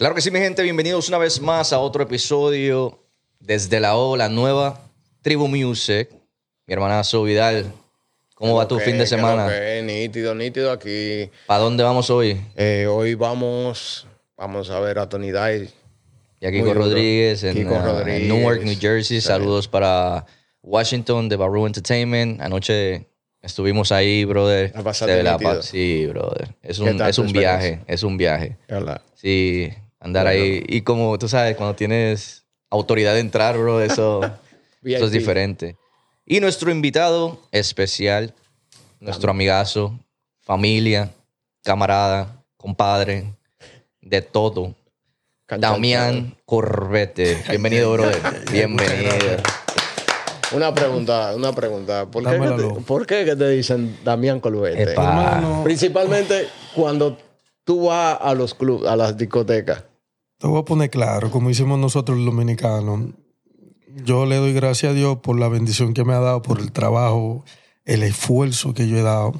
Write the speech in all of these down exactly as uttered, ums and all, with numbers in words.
Claro que sí, mi gente. Bienvenidos una vez más a otro episodio desde la O, la nueva Tribu Music. Mi hermanazo Vidal, ¿cómo va tu que, fin de semana? Que, nítido, nítido aquí. ¿Para dónde vamos hoy? Eh, hoy vamos, vamos a ver a Tony Dice. Y a Kiko Rodríguez, en, Kiko uh, Rodríguez. en Newark, New Jersey. Sí. Saludos para Washington de Barrow Entertainment. Anoche estuvimos ahí, brother. La pasaste la nítido. pa- Sí, brother. Es un, tal es tu un viaje, es un viaje. ¿Verdad? Sí, andar Bueno. ahí. Y como tú sabes, cuando tienes autoridad de entrar, bro, eso, eso es diferente. Y nuestro invitado especial, nuestro amigazo, familia, camarada, compadre, de todo. Damián Corbete. Bienvenido, brother. Bienvenido. Una pregunta, una pregunta. ¿Por qué, que Dámelo. te, ¿por qué que te dicen Damián Corbete? Epa. Hermano, Principalmente cuando tú vas a los clubes, a las discotecas. te voy a poner claro, como hicimos nosotros los dominicanos. Yo le doy gracias a Dios por la bendición que me ha dado, por el trabajo, el esfuerzo que yo he dado.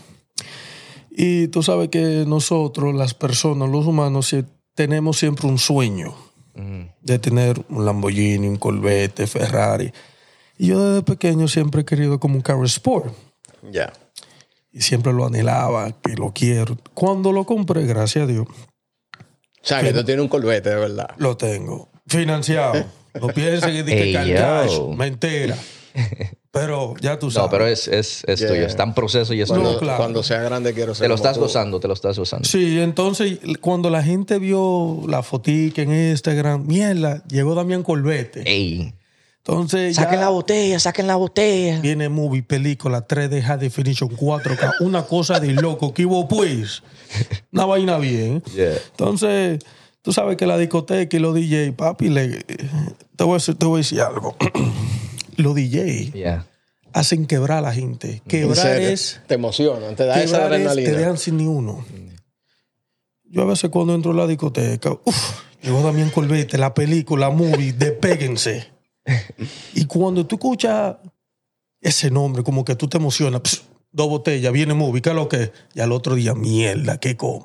Y tú sabes que nosotros, las personas, los humanos, sí, tenemos siempre un sueño Mm. de tener un Lamborghini, un Corvette, Ferrari. Y yo desde pequeño siempre he querido como un carro sport. Ya. Y siempre lo anhelaba, que lo quiero. Cuando lo compré, gracias a Dios, O sea, que tú tienes un Corvette, de verdad. lo tengo financiado. No piensen que, que Ey, car yo. cash, mentira. Pero ya tú sabes. No, pero es, es, es Yeah. tuyo. Está en proceso y es Cuando, tuyo. claro. cuando sea grande quiero ser Te lo como estás tú. gozando, te lo estás gozando. Sí, entonces cuando la gente vio la fotica en Instagram, mierda, llegó Damián Corbete. Ey. Entonces Saquen ya la botella, saquen la botella. viene movie, película, tres D High Definition, cuatro K, una cosa de loco. ¿Qué hubo pues? Una vaina bien. Yeah. Entonces, tú sabes que la discoteca y los D J, papi, le, te, voy a decir, te voy a decir algo. Los D J Yeah. hacen quebrar a la gente. En Quebrar serio, es... te emocionan, te da esa Quebrar es, adrenalina. te dejan sin ni uno. Yo a veces cuando entro a la discoteca, uff, llegó Damián Corbete, la película, movie, despéguense. Y cuando tú escuchas ese nombre, como que tú te emocionas, pss, dos botellas, viene movie, ¿qué es lo que es? Y al otro día, mierda, ¿qué como?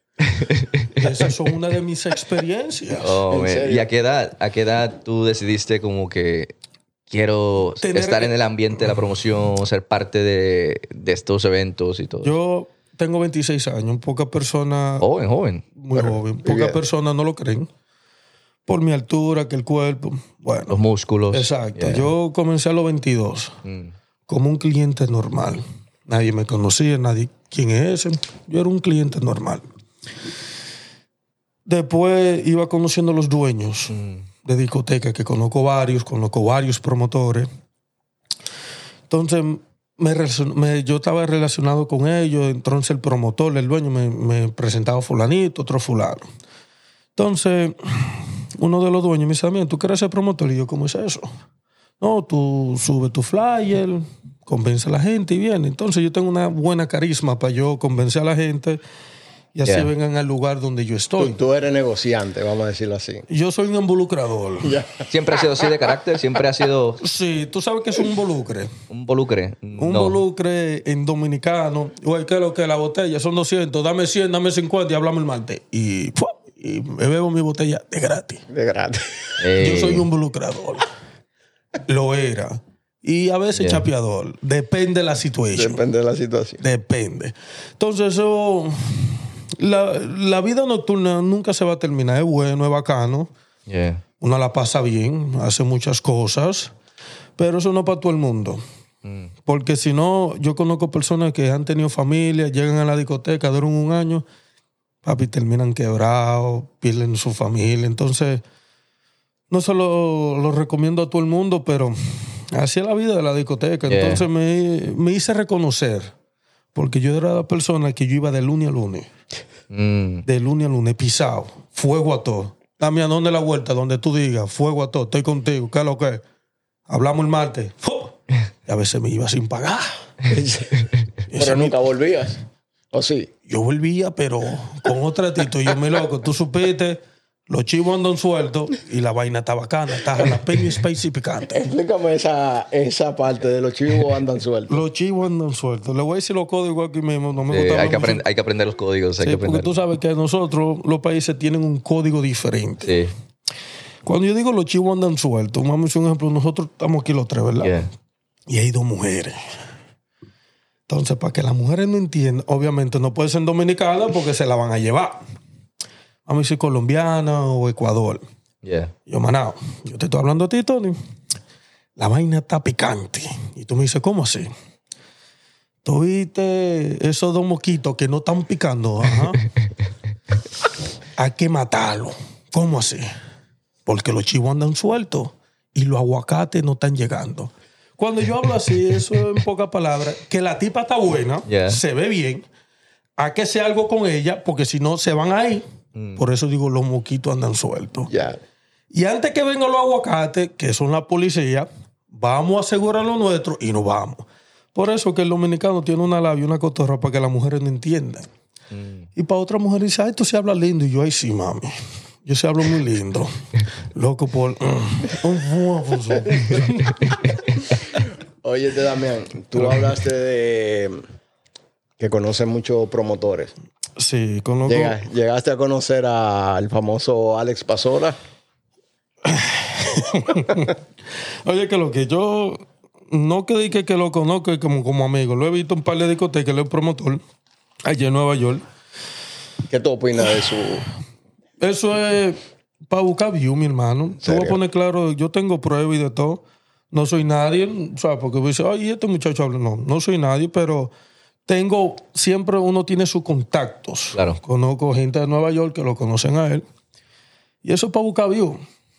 Esas son una de mis experiencias. Oh, ¿En man. serio? ¿Y a qué edad? ¿A qué edad tú decidiste como que quiero Tener- estar en el ambiente de la promoción, ser parte de, de estos eventos y todo? Yo tengo veintiséis años, pocas personas... Joven, joven. Muy Bueno, joven. muy Pocas bien. personas no lo creen. Por mi altura, que el cuerpo. Bueno, Los músculos. exacto. Yeah. Yo comencé a los veintidós Mm. como un cliente normal. Nadie me conocía, nadie. ¿Quién es ese? Yo era un cliente normal. Después iba conociendo a los dueños Mm. de discotecas, que conozco varios, conozco varios promotores. Entonces, me relacion- me- yo estaba relacionado con ellos. Entonces, el promotor, el dueño, me, me presentaba fulanito, otro fulano. Entonces, uno de los dueños me dice, "Damián, ¿tú quieres ser promotor?" Y yo, ¿cómo es eso? No, tú subes tu flyer, convence a la gente y viene. Entonces, yo tengo una buena carisma para yo convencer a la gente y así Yeah. vengan al lugar donde yo Tú, estoy. tú eres negociante, vamos a decirlo así. Yo soy un involucrador. Ya. ¿Siempre ha sido así de carácter? ¿Siempre ha sido Sí, tú sabes que es un involucre. un involucre? Un No. involucre en dominicano. Güey, ¿qué es lo que? La botella son doscientos, dame cien, dame cincuenta y hablamos el martes. Y, ¡fua! Y me bebo mi botella de gratis. De gratis. Ey. Yo soy un involucrador. Lo era. Y a veces Yeah. chapeador. Depende de la situación. Depende de la situación. Depende. Entonces, eso. La, la vida nocturna nunca se va a terminar. Es bueno, es bacano. Yeah. Uno la pasa bien, hace muchas cosas. Pero eso no es para todo el mundo. Mm. Porque si no, yo conozco personas que han tenido familia, llegan a la discoteca, duran un año, papi, terminan quebrados, pierden su familia. Entonces, no se lo, lo recomiendo a todo el mundo, pero así es la vida de la discoteca. Yeah. Entonces me, me hice reconocer, porque yo era la persona que yo iba de lunes a lunes, Mm. de lunes a lunes, pisado, fuego a todo. Dame a dónde la vuelta, donde tú digas, fuego a todo, estoy contigo, ¿qué es lo que es? Hablamos el martes. ¡Fu! Y a veces me iba sin pagar. Pero nunca volvías. ¿O sí? Yo volvía, pero con otro ratito. Yo me loco, tú supiste Los chivos andan sueltos y la vaina está bacana. Está jalapeño, spicy y picante. Explícame esa, esa parte de los chivos andan sueltos. Los chivos andan sueltos. Le voy a decir los códigos aquí mismo. No me Sí, gusta hay, que mucho. aprend- hay que aprender los códigos. Hay Sí, que porque aprender. tú sabes que nosotros, los países, tienen un código diferente. Sí. Cuando yo digo los chivos andan sueltos, vamos a hacer un ejemplo. Nosotros estamos aquí los tres, ¿verdad? Yeah. Y hay dos mujeres. Entonces, para que las mujeres no entiendan, obviamente no puede ser dominicana porque se la van a llevar. Vamos a decir colombiana o Ecuador. Yeah. Yo, manao, yo te estoy hablando a ti, Tony. La vaina está picante. Y tú me dices, ¿cómo así? ¿Tú viste esos dos mosquitos que no están picando? Ajá. Hay que matarlos. ¿Cómo así? Porque los chivos andan sueltos y los aguacates no están llegando. Cuando yo hablo así, eso es en pocas palabras, que la tipa está buena, Yeah. se ve bien, hay que hacer algo con ella, porque si no se van ahí. Mm. Por eso digo, los mosquitos andan sueltos. Ya. Y antes que vengan los aguacates, que son la policía, vamos a asegurar lo nuestro y nos vamos. Por eso que el dominicano tiene una labia y una cotorra para que las mujeres no entiendan. Mm. Y para otra mujer dice, ay, tú se habla lindo. Y yo, ay, sí, mami. Yo se hablo muy lindo. Loco por... Oye, Damián, tú hablaste de que conoces muchos promotores. Sí, conozco... Llega, ¿Llegaste a conocer al famoso Alex Pasola? Oye, que lo que yo... No que dije que lo conozco como, como amigo. Lo he visto en un par de discotecas, él es promotor allá en Nueva York. ¿Qué tú opinas de su...? Eso es para buscar view, mi hermano. Te voy a poner claro, yo tengo pruebas y de todo. No soy nadie, ¿sabes? Porque voy a decir, ay, este muchacho habla. No, no soy nadie, pero tengo... Siempre uno tiene sus contactos. Claro. Conozco gente de Nueva York que lo conocen a él. Y eso es para buscar view.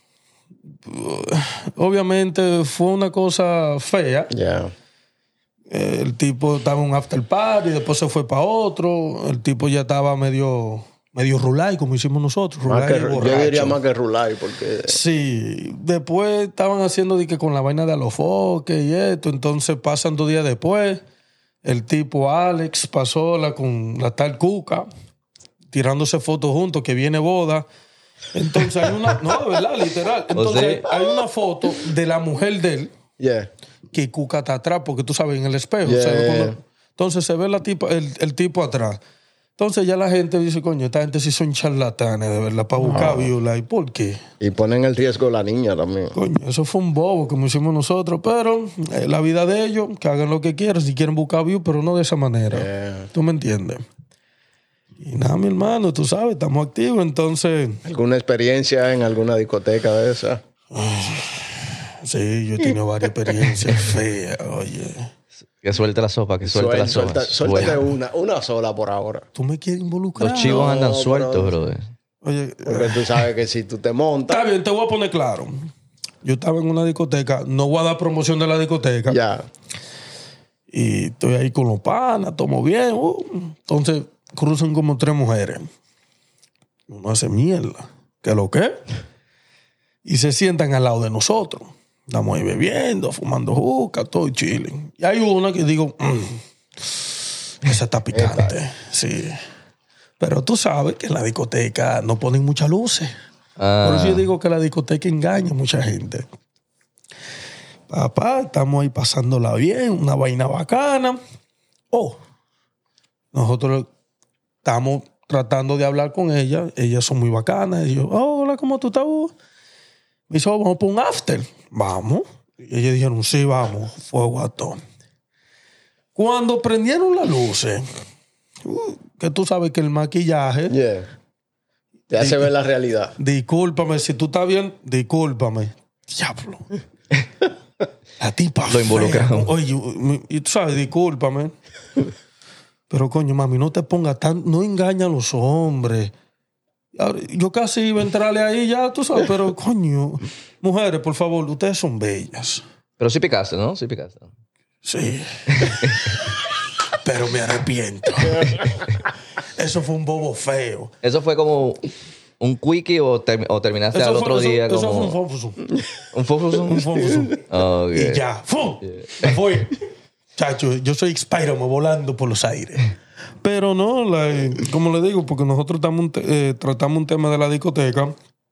Obviamente fue una cosa fea. Ya. Yeah. El tipo estaba en un after party, después se fue para otro. El tipo ya estaba medio... medio rulay, como hicimos nosotros. Rulay Que, yo diría más que rulay, porque... Sí. Después estaban haciendo de que con la vaina de alofoque y esto. Entonces pasan dos días después. El tipo Alex Pasola con la tal Cuca, tirándose fotos juntos, que viene boda. Entonces hay una... No, de verdad, literal. Entonces hay una foto de la mujer de él, yeah, que Cuca está atrás, porque tú sabes, en el espejo. Yeah, o sea, yeah, cuando, yeah. Entonces se ve la tipa, el, el tipo atrás. Entonces ya la gente dice, coño, esta gente sí son charlatanes, de verdad, para buscar viola. ¿Y por qué? Y ponen en riesgo a la niña también. Coño, eso fue un bobo como hicimos nosotros, pero eh, la vida de ellos, que hagan lo que quieran, si quieren buscar view, pero no de esa manera. Yeah. ¿Tú me entiendes? Y nada, mi hermano, tú sabes, estamos activos, entonces... ¿Alguna experiencia en alguna discoteca de esa? Sí, yo he tenido varias experiencias feas, oye. Que suelte la sopa, que suelte Suel, la sopa. Suelta, suéltate una, una sola por ahora. ¿Tú me quieres involucrar? Los chivos No, andan pero- sueltos, brother. Oye, Porque tú sabes que si tú te montas... está bien, te voy a poner claro. Yo estaba en una discoteca, no voy a dar promoción de la discoteca. Ya. Y estoy ahí con los panas, tomo bien. Uh. Entonces cruzan como tres mujeres. Uno hace mierda. ¿Qué lo que? Y se sientan al lado de nosotros. Estamos ahí bebiendo, fumando juca, todo chilling. Y hay una que digo, mm, esa está picante. Sí. Pero tú sabes que en la discoteca no ponen muchas luces. Ah. Por eso yo digo que la discoteca engaña a mucha gente. Papá, estamos ahí pasándola bien, una vaina bacana. Oh, nosotros estamos tratando de hablar con ellas. Ellas son muy bacanas. Y yo, oh, hola, ¿cómo tú estás? Me dice, oh, vamos por un after. Vamos. Y ellos dijeron, sí, vamos. Fuego a todo. Cuando prendieron las luces, uh, que tú sabes que el maquillaje... Yeah. Te hace ver la realidad. Discúlpame, si tú estás bien, discúlpame. Diablo. La tipa Lo involucramos. fea. Oye, y tú sabes, discúlpame. Pero coño, mami, no te pongas tan... No engaña a los hombres. Yo casi iba a entrarle ahí ya, tú sabes, pero coño. Mujeres, por favor, ustedes son bellas. Pero sí picaste, ¿no? Sí picaste. Sí. Pero me arrepiento. Eso fue un bobo feo. ¿Eso fue como un quickie o, ter- o terminaste Eso al fue, otro eso- día eso como... fue un fofusum. ¿Un fofusum? Un fofusum. Ok. Y ya, ¡fum! Me fui. Chacho, yo soy Spider-Man volando por los aires. Pero no, la- como le digo, porque nosotros estamos un te- eh, tratamos un tema de la discoteca.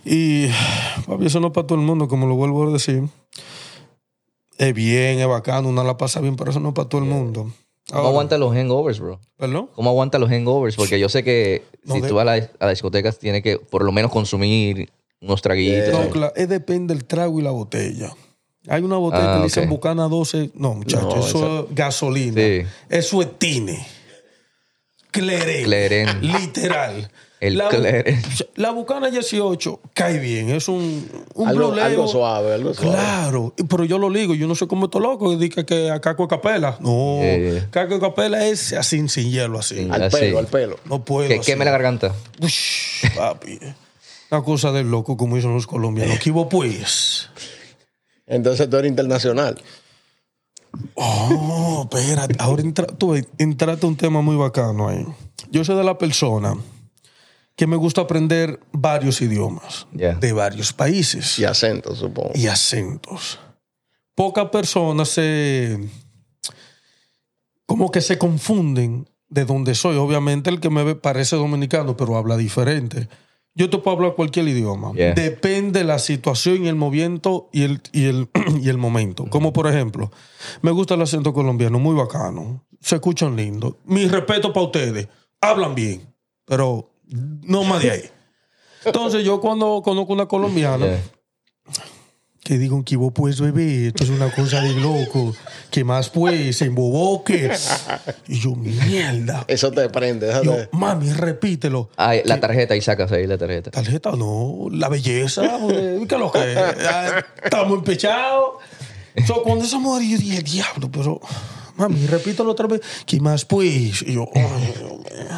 Y, papi, eso no es para todo el mundo, como lo vuelvo a decir. Es bien, es bacano, uno la pasa bien, pero eso no es para todo el mundo. ¿Cómo Ahora, aguanta los hangovers, bro? ¿Perdón? ¿Cómo aguanta los hangovers? Porque yo sé que No, si de- tú vas a la, a la discoteca tienes que por lo menos consumir unos traguitos. No, ¿no? claro, es depende del trago y la botella. Hay una botella Ah, que le dicen ok. Bucana doce. No, muchachos, No, eso es gasolina. Sí. Eso es tine. Cleren. Cleren. Literal. El la, Cleren. La Bucana dieciocho cae bien. Es un, un Algo, bloleo. algo suave, algo suave. Claro, pero yo lo digo, yo no sé cómo esto loco que dice que a Caco de Capela. No, Yeah, yeah. Caco de Capela es así, sin hielo, así. Sí. Al Así. pelo, al pelo. No puedo. Que así. queme la garganta. Ush, papi. Una cosa del loco, como dicen los colombianos. ¿Qué hubo, pues? Entonces tú eres internacional. Oh, espérate. Ahora entra, tú ves, entraste a un tema muy bacano ahí. Yo soy de la persona que me gusta aprender varios idiomas Yeah. de varios países Y acento, supongo. y acentos. Pocas personas se como que se confunden de dónde soy. Obviamente el que me ve parece dominicano, pero habla diferente. Yo te puedo hablar cualquier idioma. Yeah. Depende de la situación y el movimiento y el, y el, y el momento. Como por ejemplo, me gusta el acento colombiano, muy bacano. Se escuchan lindo. Mi respeto para ustedes. Hablan bien, pero no más de ahí. Entonces yo cuando conozco una colombiana, Yeah. que digo, que vos puedes beber, esto es una cosa de loco. ¿Qué más pues? Se emboboque. Y yo, mierda. Eso te prende. Eso Yo, te... mami, repítelo. Ah, la tarjeta y sacas ahí la tarjeta. Tarjeta, no. La belleza. ¿Qué es lo que? Ah, estamos empechados. So, cuando esa mujer, yo dije, diablo, pero... Mami, repítelo otra vez. ¿Qué más pues? Y yo, ay, Dios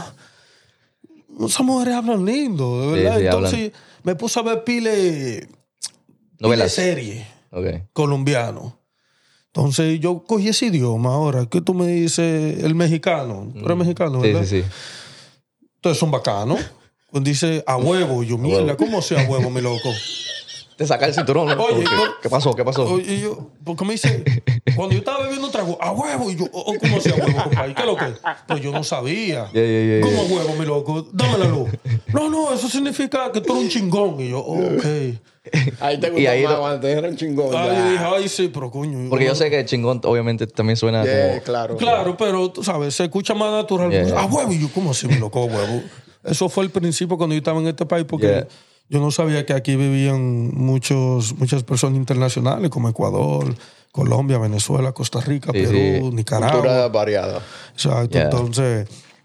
mío. Esas mujeres hablan lindo, de Sí, verdad. sí, Entonces me puse a ver pile... Novelas. Pile serie Ok. colombiano. Entonces yo cogí ese idioma ahora. ¿Qué tú me dices? El mexicano. Tú eres mexicano, Sí, ¿verdad? sí, sí. Entonces son bacanos. Cuando dice a huevo, yo, mierda, ¿cómo sea a huevo, mi loco? Te saca el cinturón, ¿no? Oye, ¿Qué, pero- ¿Qué pasó? ¿Qué pasó? Oye, yo, porque me dice, cuando yo estaba bebiendo un trago, a huevo, y yo, oh, ¿cómo sea a huevo, compadre? ¿Qué es lo que? Pues yo no sabía. Yeah, yeah, yeah, ¿Cómo a yeah. huevo, mi loco? Dame la luz. No, no, eso significa que tú eres un chingón. Y yo, ok. Ahí te Y gusta ahí más lo- cuando te dijeron chingón. Ay, ya. yo dije, ay, sí, pero coño. Porque yo sé que chingón obviamente también suena Yeah, como... claro. Claro, pero tú sabes, se escucha más natural. Yeah. A huevo, y yo, ¿cómo así, mi loco, a huevo? Eso fue el principio cuando yo estaba en este país, porque Yeah. yo no sabía que aquí vivían muchos, muchas personas internacionales, como Ecuador, Colombia, Venezuela, Costa Rica, Sí, Perú, sí. Nicaragua. Cultura variada. Exacto. Yeah. Entonces,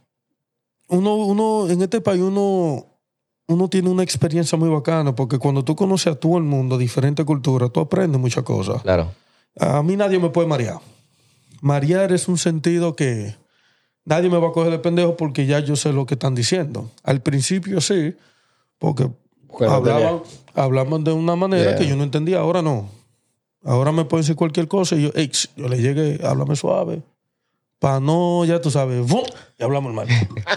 uno, uno, en este país, uno, uno tiene una experiencia muy bacana, porque cuando tú conoces a todo el mundo, diferentes culturas, tú aprendes muchas cosas. Claro. A mí nadie me puede marear. Marear es un sentido que nadie me va a coger de pendejo porque ya yo sé lo que están diciendo. Al principio sí, porque Porque no hablaban, hablaban de una manera Yeah. que yo no entendía. Ahora no. Ahora me pueden decir cualquier cosa y yo, "Ey, yo le llegué, háblame suave. Para no, ya tú sabes, ¡vum! Y hablamos mal.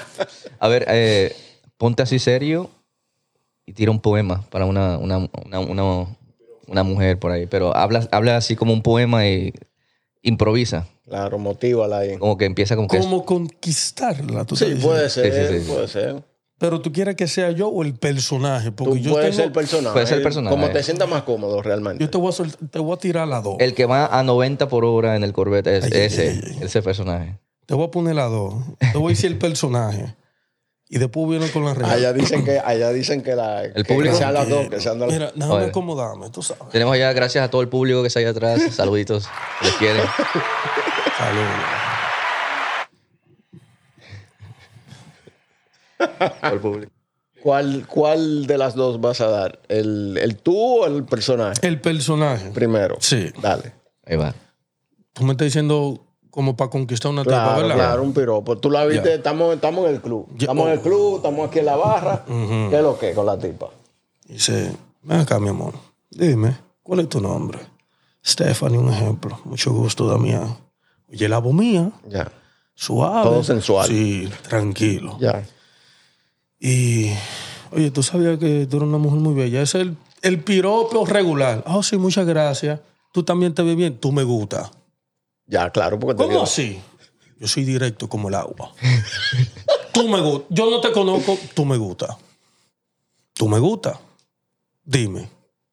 A ver, eh, ponte así serio y tira un poema para una, una, una, una, una mujer por ahí. Pero habla, habla así como un poema y improvisa. Claro, motívala ahí. Como que empieza como que... ¿Cómo conquistarla? Tú Sí, estás puede diciendo. ser, Sí, sí, sí. puede ser. Pero tú quieres que sea yo o el personaje. Porque Tú yo puedes tengo- ser el personaje. Puede ser el personaje. Como te sientas más cómodo realmente. yo te voy a, sol- te voy a tirar las dos. El que va a noventa por hora en el Corvette es Ay, ay, ese, ay, ay. ese personaje. Te voy a poner las dos. Te voy a decir el personaje. Y después viene con la real. Allá dicen que, allá dicen que, la, El que- público. que sean las dos, que sean las Mira, déjame Oye. acomodarme, tú sabes. Tenemos ya, gracias a todo el público que está ahí atrás. Saluditos. Les quieren. Salud. Todo el público. ¿Cuál, ¿Cuál de las dos vas a dar? ¿El, el tú o el personaje? El personaje. Primero. Sí. Dale. Ahí va. Tú me estás diciendo como para conquistar una tipa, Claro, ¿verdad? claro, un piropo. Tú la viste, Ya. estamos, estamos en el club. Ya. Estamos en el club, estamos aquí en la barra. ¿Qué es lo que con la tipa? Dice, ven acá, mi amor. Dime, ¿cuál es tu nombre? Stephanie, un ejemplo. Mucho gusto, Damián. Oye, la voz mía, Ya, suave. Todo sensual. Sí, tranquilo. ya. Y, oye, tú sabías que tú eres una mujer muy bella. Es el, el piropo regular. Oh, sí, muchas gracias. Tú también te ves bien. Tú me gustas. Ya, claro, porque te ¿Cómo digo- así? Yo soy directo como el agua. Tú me gustas. Yo no te conozco. Tú me gustas. Tú me gustas. Dime.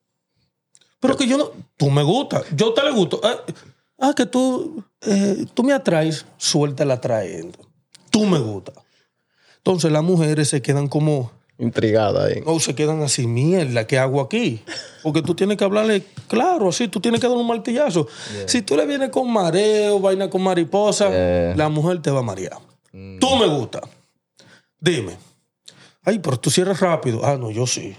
Pero que yo no... Tú me gustas. Yo te le gusto. Ah, ah que tú... Eh, tú me atraes. Suéltala trayendo. Tú me gustas. Entonces las mujeres se quedan como... Intrigadas ahí. O se quedan así, mierda, ¿qué hago aquí? Porque tú tienes que hablarle claro, así, tú tienes que darle un martillazo. Yeah. Si tú le vienes con mareo, vaina con mariposa, yeah. la mujer te va a marear. Mm. Tú me gusta. Dime. Ay, pero tú cierras rápido. Ah, no, yo sí.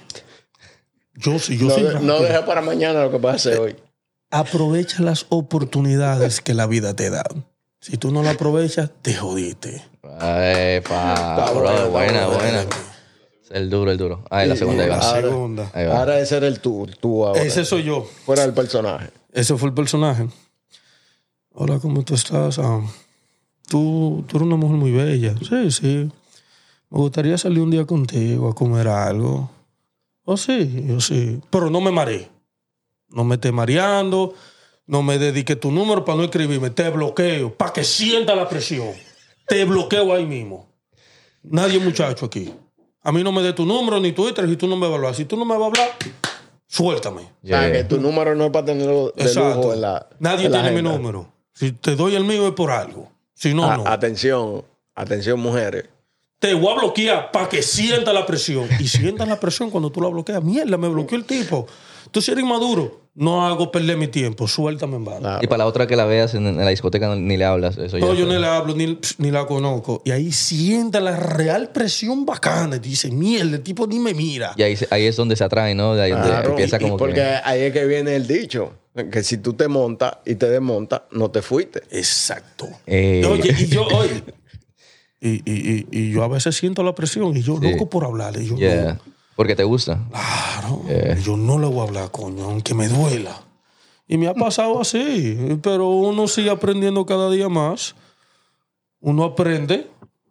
Yo sí, yo no, sí. De, no deja para mañana lo que pase eh, hoy. Aprovecha las oportunidades que la vida te da. Si tú no la aprovechas, te jodiste. Ay, pa, bro, buena, buena. buena. El duro, el duro. Ah, es la segunda. La ahora, segunda. Ahí va. Ahora ese era el tú, tú ahora. Ese soy yo. Fuera el personaje. Ese fue el personaje. Hola, ¿cómo tú estás? Ah, tú, tú eres una mujer muy bella. Sí, sí. Me gustaría salir un día contigo a comer algo. Oh, sí, yo sí. Pero no me mareé. No me esté mareando. No me dedique tu número para no escribirme. Te bloqueo. Para que sienta la presión. Te bloqueo ahí mismo. Nadie muchacho aquí. A mí no me dé tu número ni Twitter si tú no me vas a hablar. Si tú no me vas a hablar, suéltame. Yeah. O sea, que tu número no es para tenerlo de Exacto. lujo en la Nadie en la tiene agenda. mi número. Si te doy el mío es por algo. Si no, a, no. Atención, atención mujeres. Te voy a bloquear para que sienta la presión. Y sientan la presión cuando tú la bloqueas. Mierda, me bloqueó el tipo. Tú si eres inmaduro, no hago perder mi tiempo. Suéltame en bala. Claro. Y para la otra que la veas en, en la discoteca ni le hablas. Eso no, ya yo fue. ni le hablo, ni, ni la conozco. Y ahí sienta la real presión bacana. Y dice, mierda, el tipo ni me mira. Y ahí, ahí es donde se atrae, ¿no? De ahí Claro. donde empieza y, como y porque que... ahí es que viene el dicho. Que si tú te montas y te desmontas, no te fuiste. Exacto. Eh. Oye, y yo, oye... Y, y, y, y yo a veces siento la presión y yo Sí. loco por hablarle. Y yo Yeah. no. Porque te gusta. Claro. Yeah. Y yo no le voy a hablar, coño, aunque me duela. Y me ha pasado así. Pero uno sigue aprendiendo cada día más. Uno aprende.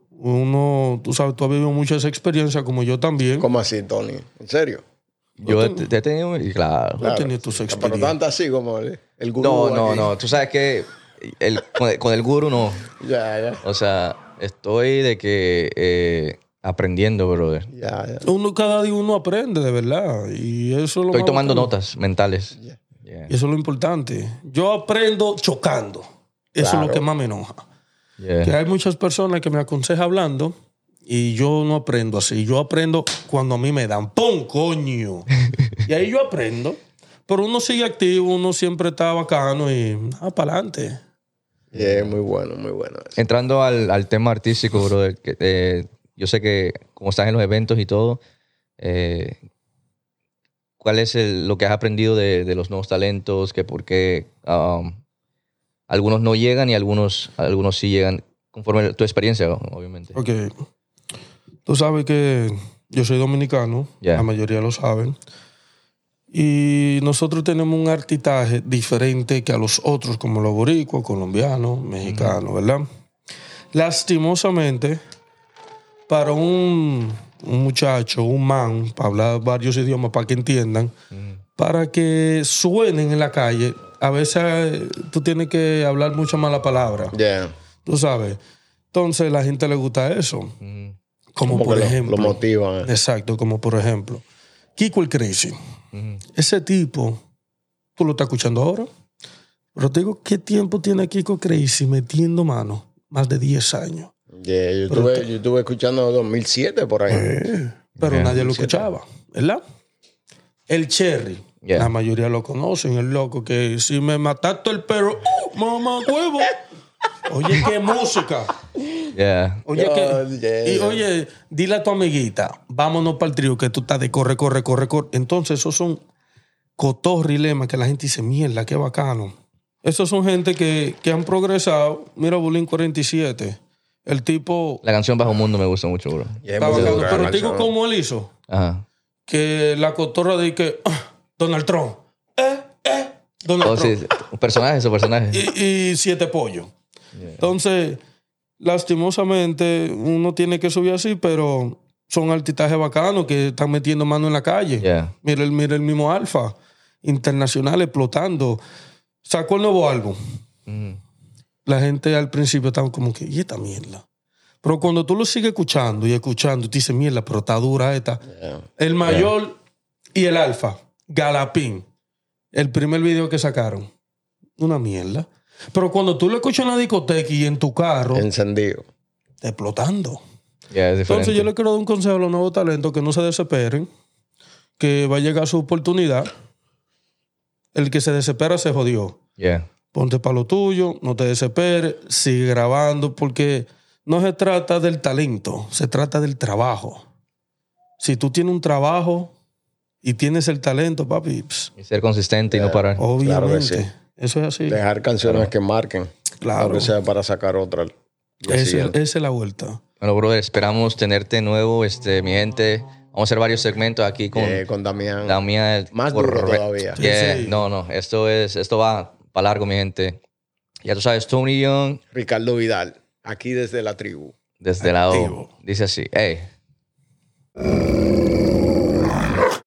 Uno, tú sabes, tú has vivido muchas experiencias como yo también. ¿Cómo así, Tony? ¿En serio? Yo te, te he tenido... y Claro. Yo he tenido tus Pero experiencias. tanto así como el, el gurú. No, no, aquí. no. Tú sabes que el, con, el, con el gurú no. Ya, ya. O sea, estoy de que... Eh, aprendiendo, brother. Ya, ya. Uno, cada día uno aprende, de verdad. Y eso es lo Estoy más tomando bacano. notas mentales. Yeah. Yeah. Y eso es lo importante. Yo aprendo chocando. Eso Claro. es lo que más me enoja. Yeah. Que hay muchas personas que me aconsejan hablando y yo no aprendo así. Yo aprendo cuando a mí me dan ¡pum, coño! Y ahí yo aprendo. Pero uno sigue activo, uno siempre está bacano y ah, para adelante. Yeah, muy bueno, muy bueno. Eso. Entrando al, al tema artístico, brother, que, eh, yo sé que como estás en los eventos y todo, eh, ¿cuál es el, lo que has aprendido de, de los nuevos talentos? Que por qué um, algunos no llegan y algunos, algunos sí llegan, conforme a tu experiencia, obviamente. Ok. Tú sabes que yo soy dominicano, Yeah. la mayoría lo saben. Y nosotros tenemos un artitaje diferente que a los otros, como los boricuas, colombianos, mexicanos, mm-hmm. ¿verdad? Lastimosamente, para un, un muchacho, un man, para hablar varios idiomas, para que entiendan, mm. para que suenen en la calle, a veces tú tienes que hablar mucha mala palabra. Yeah. Tú sabes. Entonces, a la gente le gusta eso. Mm. Como, como por ejemplo. Lo, lo motivan. Eh. Exacto, como por ejemplo. Kiko el Crazy. Mm. Ese tipo, tú lo estás escuchando ahora. Pero te digo, ¿qué tiempo tiene Kiko Crazy metiendo mano? Más de diez años. Yeah, yo, estuve, te... yo estuve escuchando en dos mil siete por ahí. Eh, pero yeah, nadie lo escuchaba, ¿verdad? El Cherry. Yeah. La mayoría lo conocen, el loco que si me mataste el perro, ¡uh, mamá huevo! Oye, qué música. Yeah. Oye, que, yeah, y oye, dile a tu amiguita, vámonos para el trío, que tú estás de corre, corre, corre, corre. Entonces, esos son cotorri y lemas que la gente dice, mierda, qué bacano. Esos son gente que, que han progresado. Mira, Bulín cuarenta y siete. El tipo... La canción Bajo Mundo me gusta mucho, bro. Yeah, está bacano, pero te digo cómo él hizo. Ajá. Que la cotorra de que... Ah, Donald Trump. Eh, eh, Donald oh, Trump. Sí, un personaje, su personaje. Y, y siete pollos. Yeah. Entonces, lastimosamente, uno tiene que subir así, pero son artistajes bacanos que están metiendo mano en la calle. Yeah. Mira, el, mira el mismo Alfa, internacional, explotando. Sacó el nuevo álbum. Mm. La gente al principio estaba como que, ¿y esta mierda? Pero cuando tú lo sigues escuchando y escuchando, tú dices, mierda, pero está dura esta. Yeah. El mayor... Yeah. Y el Alfa, Galapín, el primer video que sacaron, una mierda. Pero cuando tú lo escuchas en la discoteca y en tu carro... Encendido. Explotando. Yeah, es Entonces yo le quiero dar un consejo a los nuevos talentos que no se desesperen, que va a llegar su oportunidad. El que se desespera se jodió. Yeah. Ponte para lo tuyo, no te desesperes, sigue grabando, porque no se trata del talento, se trata del trabajo. Si tú tienes un trabajo y tienes el talento, papi... Pss, y ser consistente yeah. y no parar. Obviamente. Claro que sí. Eso es así. Dejar canciones claro. que marquen. Claro. Aunque sea para sacar otra. Esa es la vuelta. Bueno, brother, esperamos tenerte de nuevo, este, mi gente. Vamos a hacer varios segmentos aquí con, yeah, con Damián. Damián. Más duro re- todavía. Yeah, sí. No, no. Esto, es, esto va para largo, mi gente. Ya tú sabes, Tony Young. Ricardo Vidal. Aquí desde la tribu. Desde Activo. La O. Dice así. Hey.